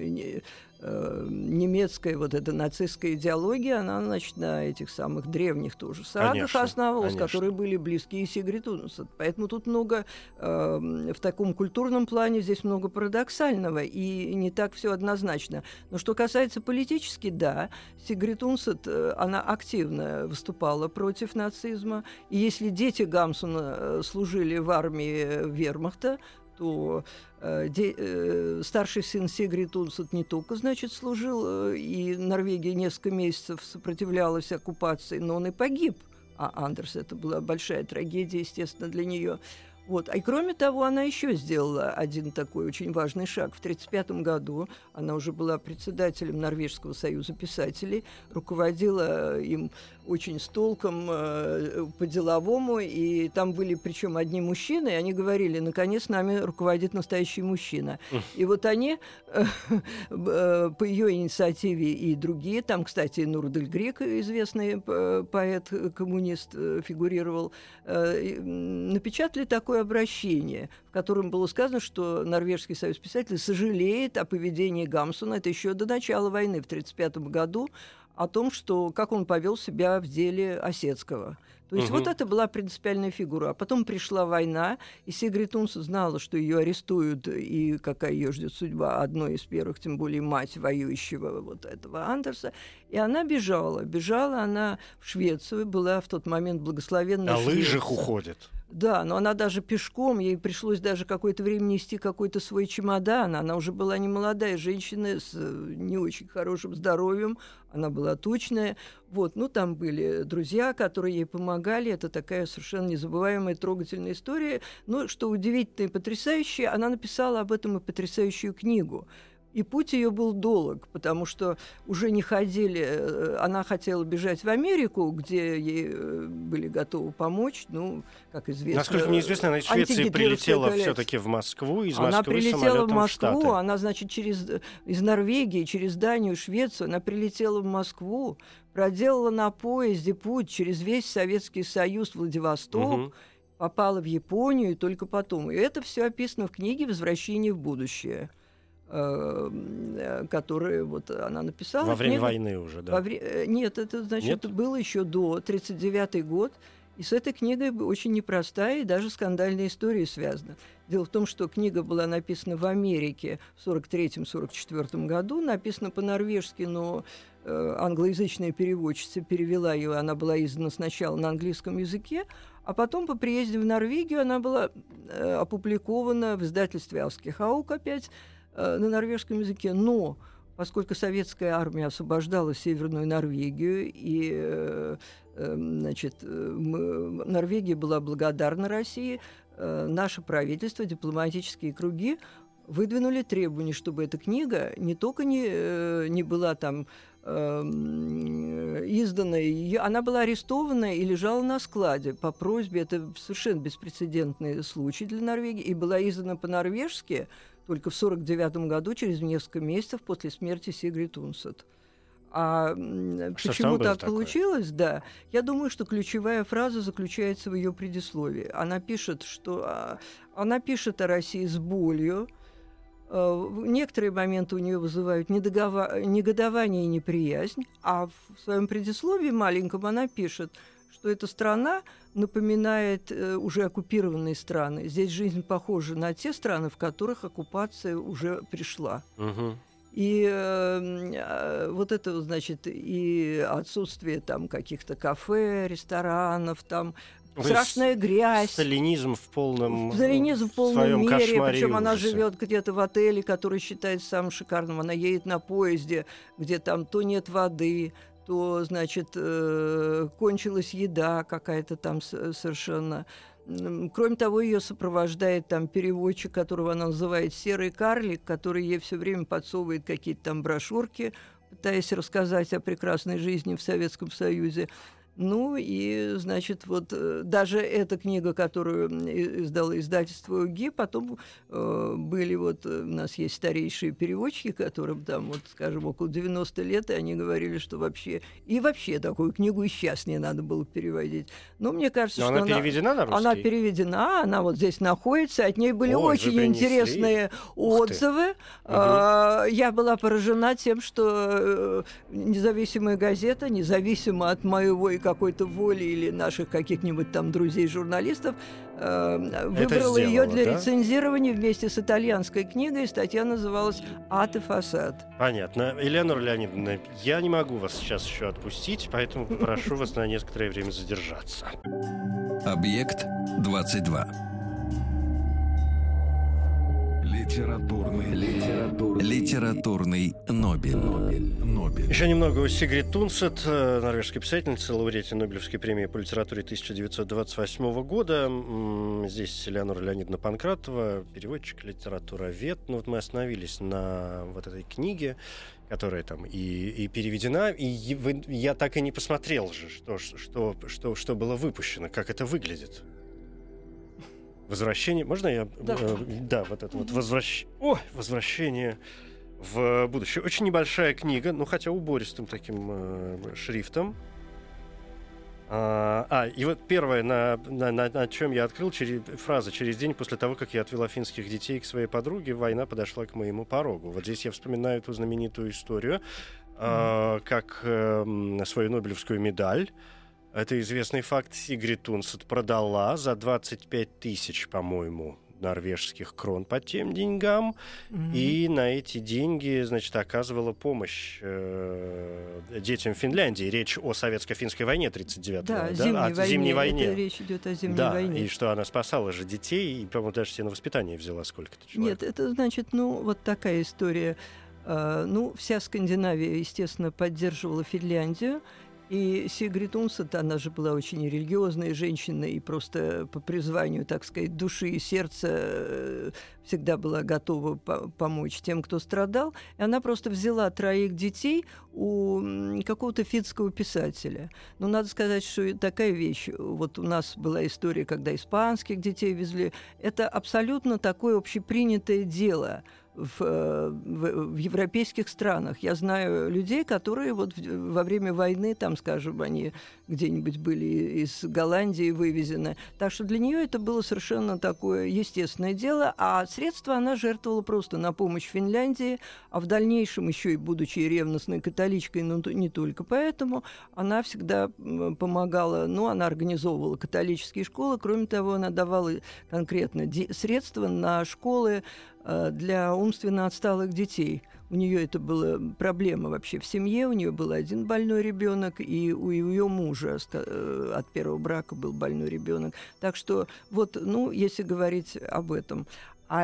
S3: Немецкая вот эта нацистская идеология, она, значит, на этих самых древних тоже сагах основывалась, которые были близки и Сигрид Унсет. Поэтому тут много, в таком культурном плане, здесь много парадоксального, и не так все однозначно. Но что касается политически, да, Сигрид Унсет, она активно выступала против нацизма, и если дети Гамсуна служили в армии вермахта, то старший сын Сигрид Унсет не только, значит, служил, и Норвегия несколько месяцев сопротивлялась оккупации, но он и погиб. А Андерс, это была большая трагедия, естественно, для нее. Вот. И кроме того, она еще сделала один такой очень важный шаг. В 1935 году она уже была председателем Норвежского союза писателей, руководила им очень с толком, по-деловому, и там были причем одни мужчины, и они говорили, наконец нами руководит настоящий мужчина. И вот они, по ее инициативе и другие, там, кстати, Нурдель Грек, известный поэт-коммунист, фигурировал, напечатали такое обращение, в котором было сказано, что Норвежский союз писателей сожалеет о поведении Гамсуна, это еще до начала войны в 1935 году, о том, что как он повел себя в деле Осетского. То есть вот это была принципиальная фигура. А потом пришла война, и Сигрид Унсет знала, что ее арестуют, и какая ее ждет судьба одной из первых, тем более мать воюющего вот этого Андерса. И она бежала. Бежала она в Швецию, была в тот момент благословенная Швеция.
S2: На лыжах уходит.
S3: Да, но она даже пешком, ей пришлось даже какое-то время нести какой-то свой чемодан. Она уже была не молодая женщина с не очень хорошим здоровьем, она была тучная. Вот, ну, там были друзья, которые ей помогали. Это такая совершенно незабываемая, трогательная история. Но, что удивительно и потрясающе, она написала об этом и потрясающую книгу. И путь ее был долг, потому что уже не ходили... Она хотела бежать в Америку, где ей были готовы помочь. Ну, как известно...
S2: Насколько мне известно, она из Швеции прилетела все-таки в Москву, из Москвы
S3: она прилетела в Москву,
S2: в Штаты.
S3: Она, значит, из Норвегии, через Данию, Швецию, она прилетела в Москву, проделала на поезде путь через весь Советский Союз, Владивосток, попала в Японию и только потом. И это все описано в книге «Возвращение в будущее», которые вот она написала.
S2: Во время войны уже, да?
S3: Нет, это, значит, это было еще до 1939 год. И с этой книгой очень непростая и даже скандальная история связана. Дело в том, что книга была написана в Америке в 1943-1944 году, написана по-норвежски, но англоязычная переводчица перевела ее, она была издана сначала на английском языке, а потом по приезде в Норвегию она была опубликована в издательстве «Авский Хаук» опять на норвежском языке, но поскольку советская армия освобождала Северную Норвегию, и значит, Норвегия была благодарна России. Наше правительство, дипломатические круги выдвинули требование, чтобы эта книга не только не была там изданной, она была арестована и лежала на складе по просьбе, это совершенно беспрецедентный случай для Норвегии, и была издана по-норвежски только в 1949 году, через несколько месяцев после смерти Сигрид Унсет. А почему так получилось? Да. Я думаю, что ключевая фраза заключается в ее предисловии. Она пишет о России с болью. Некоторые моменты у нее вызывают негодование и неприязнь, а в своем предисловии маленьком она пишет, что эта страна напоминает уже оккупированные страны. Здесь жизнь похожа на те страны, в которых оккупация уже пришла. Угу. И вот это, значит, и отсутствие там каких-то кафе, ресторанов, там страшная грязь.
S2: Сталинизм в полном
S3: своем мере. Причем она живет где-то в отеле, который считается самым шикарным. Она едет на поезде, где там то нет воды, то, значит, кончилась еда какая-то там совершенно. Кроме того, ее сопровождает там переводчик, которого она называет «серый карлик», который ей все время подсовывает какие-то там брошюрки, пытаясь рассказать о прекрасной жизни в Советском Союзе. Ну и, значит, вот даже эта книга, которую издало издательство УГИ, потом были вот, у нас есть старейшие переводчики, которым там, вот, скажем, около 90 лет, и они говорили, что вообще такую книгу и сейчас не надо было переводить. Но мне кажется, что
S2: она переведена на русский?
S3: Она переведена, она вот здесь находится, от ней были очень интересные отзывы. Я была поражена тем, что независимая газета, независимо от моего и какой-то воли или наших каких-нибудь там друзей-журналистов, выбрала ее для рецензирования вместе с итальянской книгой. Статья называлась «Ад и фасад».
S2: Понятно. Элеонора Леонидовна, я не могу вас сейчас еще отпустить, поэтому попрошу вас на некоторое время задержаться.
S1: Объект 22. Литературный Нобель.
S2: Еще немного о Сигрид Унсет, норвежской писательнице, лауреате Нобелевской премии по литературе 1928 года. Здесь Элеонора Леонидовна Панкратова, переводчик, литературовед. Ну вот мы остановились на вот этой книге, которая там и переведена. И я так и не посмотрел же, что было выпущено, как это выглядит. Возвращение. Можно я? Да, вот это вот возвращение в будущее. Очень небольшая книга, ну хотя убористым таким шрифтом. И вот первое, на чем я открыл фраза: «Через день после того, как я отвела финских детей к своей подруге, война подошла к моему порогу». Вот здесь я вспоминаю эту знаменитую историю, как свою Нобелевскую медаль. Это известный факт. Сигрид Унсет продала за 25 тысяч, по-моему, норвежских крон по тем деньгам. И на эти деньги, значит, оказывала помощь детям Финляндии. Речь о советско-финской войне 1939-го. Зимней войне.
S3: Это речь идет о зимней войне.
S2: И что она спасала же детей, и, по-моему, даже себе на воспитание взяла сколько-то человек.
S3: Нет, это, значит, вот такая история. Вся Скандинавия, естественно, поддерживала Финляндию. И Сигрид Унсет, она же была очень религиозная женщина и просто по призванию, так сказать, души и сердца всегда была готова помочь тем, кто страдал. И она просто взяла 3 детей у какого-то финского писателя. Но надо сказать, что такая вещь. Вот у нас была история, когда испанских детей везли. Это абсолютно такое общепринятое дело в европейских странах. Я знаю людей, которые вот во время войны, там, скажем, они где-нибудь были из Голландии вывезены. Так что для нее это было совершенно такое естественное дело, а средства она жертвовала просто на помощь Финляндии, а в дальнейшем, еще и будучи ревностной католичкой, но не только поэтому, она всегда помогала, она организовывала католические школы, кроме того, она давала конкретно средства на школы для умственно отсталых детей. У нее это была проблема вообще в семье. У нее был один больной ребенок, и у ее мужа от первого брака был больной ребенок. Так что вот, если говорить об этом. А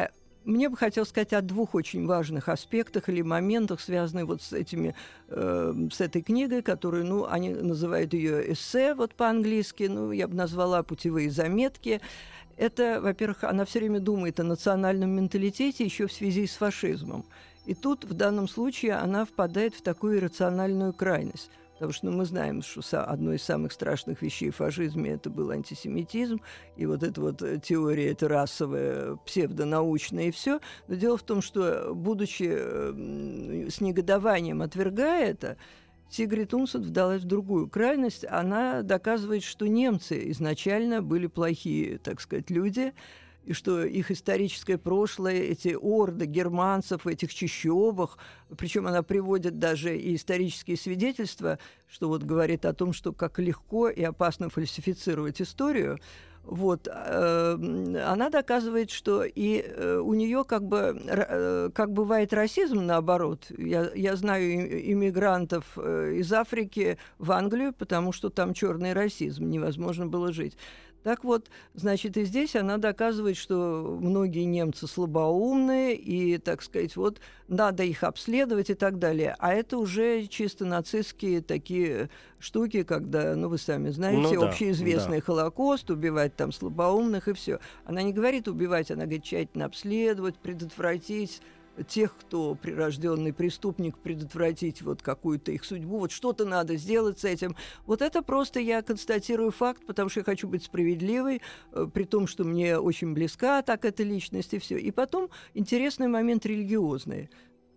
S3: Мне бы хотелось сказать о двух очень важных аспектах или моментах, связанных вот с этой книгой, которую, они называют ее эссе вот по-английски, я бы назвала путевые заметки. Это, во-первых, она все время думает о национальном менталитете еще в связи с фашизмом. И тут, в данном случае, она впадает в такую иррациональную крайность. Потому что мы знаем, что одной из самых страшных вещей в фашизме это был антисемитизм, и вот эта вот теория, это расовая, псевдонаучная и все. Но дело в том, что, будучи с негодованием отвергая это, Сигрид Унсет вдалась в другую крайность. Она доказывает, что немцы изначально были плохие, так сказать, люди, и что их историческое прошлое, эти орды германцев в этих чащобах, причем она приводит даже и исторические свидетельства, что вот говорит о том, что как легко и опасно фальсифицировать историю. Вот, она доказывает, что и у нее как бывает расизм, наоборот. Я знаю иммигрантов из Африки в Англию, потому что там черный расизм, невозможно было жить. Так вот, значит, и здесь она доказывает, что многие немцы слабоумные, и, так сказать, вот надо их обследовать и так далее. А это уже чисто нацистские такие штуки, когда, вы сами знаете, общеизвестный Холокост, убивать там слабоумных и все. Она не говорит убивать, она говорит тщательно обследовать, предотвратить тех, кто прирожденный преступник, предотвратить вот какую-то их судьбу, вот что-то надо сделать с этим. Вот это просто я констатирую факт, потому что я хочу быть справедливой, при том, что мне очень близка так эта личность и все. И потом интересный момент религиозный.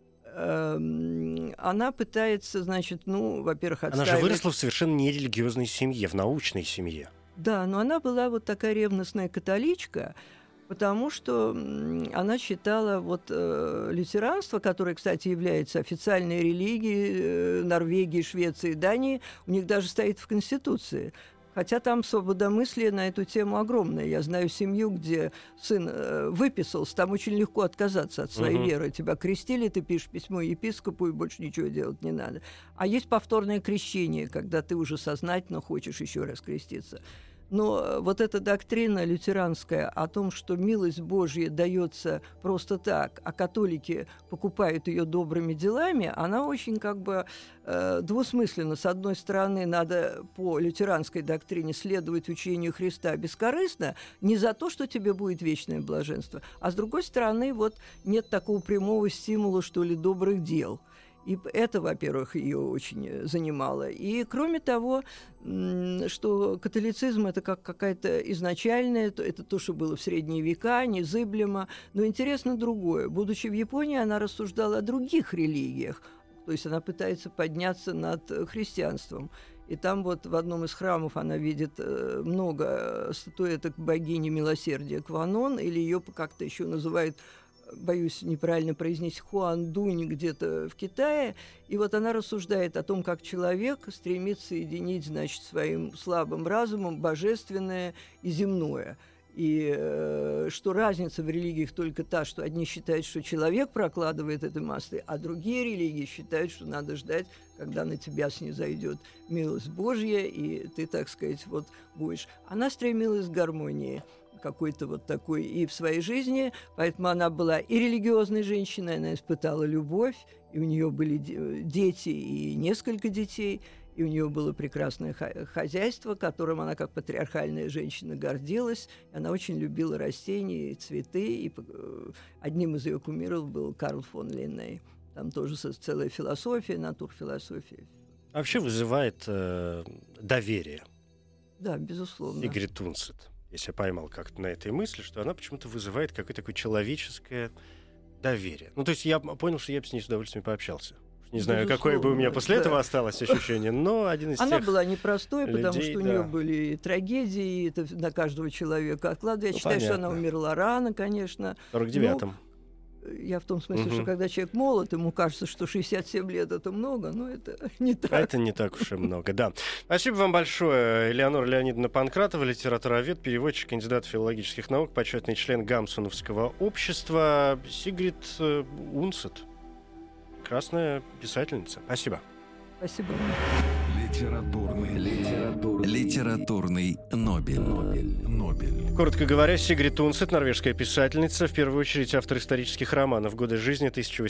S3: Она пытается, значит, во-первых, отстаивать...
S2: Она же выросла в совершенно нерелигиозной семье, в научной семье.
S3: Да, но она была вот такая ревностная католичка, потому что она считала лютеранство, которое, кстати, является официальной религией Норвегии, Швеции, Дании, у них даже стоит в Конституции. Хотя там свободомыслие на эту тему огромное. Я знаю семью, где сын выписался, там очень легко отказаться от своей веры. Тебя крестили, ты пишешь письмо епископу, и больше ничего делать не надо. А есть повторное крещение, когда ты уже сознательно хочешь еще раз креститься. Но вот эта доктрина лютеранская о том, что милость Божья дается просто так, а католики покупают ее добрыми делами, она очень двусмысленна. С одной стороны, надо по лютеранской доктрине следовать учению Христа бескорыстно, не за то, что тебе будет вечное блаженство, а с другой стороны, нет такого прямого стимула, что ли, добрых дел. И это, во-первых, ее очень занимало. И кроме того, что католицизм – это как какая-то изначальная, это то, что было в средние века, незыблемо. Но интересно другое. Будучи в Японии, она рассуждала о других религиях. То есть она пытается подняться над христианством. И там в одном из храмов она видит много статуэток богини милосердия Кванон, или ее как-то еще называют, боюсь неправильно произнести, Хуандунь где-то в Китае. И она рассуждает о том, как человек стремится соединить, значит, своим слабым разумом божественное и земное. И что разница в религиях только та, что одни считают, что человек прокладывает эти мосты, а другие религии считают, что надо ждать, когда на тебя снизойдет милость Божья, и ты, так сказать, будешь. Она стремилась к гармонии какой-то такой и в своей жизни, поэтому она была и религиозной женщиной, она испытала любовь, и у нее были дети и несколько детей, и у нее было прекрасное хозяйство, которым она как патриархальная женщина гордилась, и она очень любила растения и цветы, и одним из ее кумиров был Карл фон Линней. Там тоже целая философия, натурфилософия.
S2: Вообще вызывает доверие.
S3: Да, безусловно.
S2: Сигрид Унсет. Если я поймал как-то на этой мысли, что она почему-то вызывает какое-то такое человеческое доверие. То есть я понял, что я бы с ней с удовольствием пообщался. Не знаю, какое бы у меня после этого осталось ощущение, но один из
S3: Она была непростой, потому что у нее были трагедии, это на каждого человека откладывает. Я считаю, что она умерла рано, конечно.
S2: В 49-м.
S3: Я в том смысле, что когда человек молод, ему кажется, что 67 лет — это много, но это не так.
S2: Это не так уж и много, да. Спасибо вам большое. Элеонора Леонидовна Панкратова, литературовед, переводчик, кандидат филологических наук, почетный член Гамсуновского общества. Сигрид Унсет. Прекрасная писательница. Спасибо.
S3: Спасибо.
S1: Литературный Нобель.
S2: Коротко говоря, Сигрид Унсет, норвежская писательница, в первую очередь автор исторических романов, годы жизни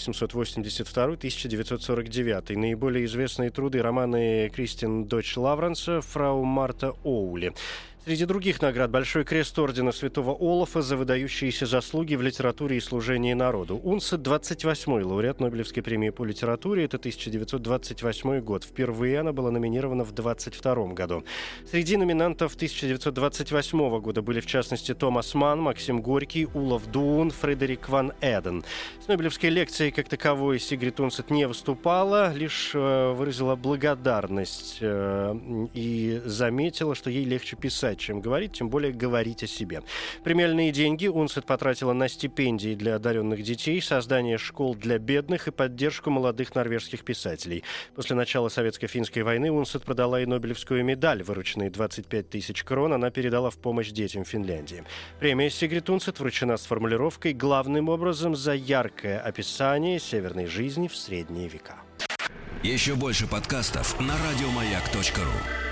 S2: 1882-1949. Наиболее известные труды — романы Кристин Додж Лавренса, фрау Марта Оули. Среди других наград Большой крест ордена Святого Олафа за выдающиеся заслуги в литературе и служении народу. Унсет — 28-й лауреат Нобелевской премии по литературе. Это 1928 год. Впервые она была номинирована в 1922 году. Среди номинантов 1928 года были, в частности, Томас Манн, Максим Горький, Улов Дуун, Фредерик ван Эден. С Нобелевской лекцией как таковой Сигрид Унсет не выступала, лишь выразила благодарность и заметила, что ей легче писать, чем говорить, тем более говорить о себе. Премиальные деньги Унсет потратила на стипендии для одаренных детей, создание школ для бедных и поддержку молодых норвежских писателей. После начала Советско-финской войны Унсет продала и Нобелевскую медаль. Вырученные 25 тысяч крон она передала в помощь детям Финляндии. Премия Сигрид Унсет вручена с формулировкой «Главным образом за яркое описание северной жизни в средние века».
S1: Еще больше подкастов на радиомаяк.ру.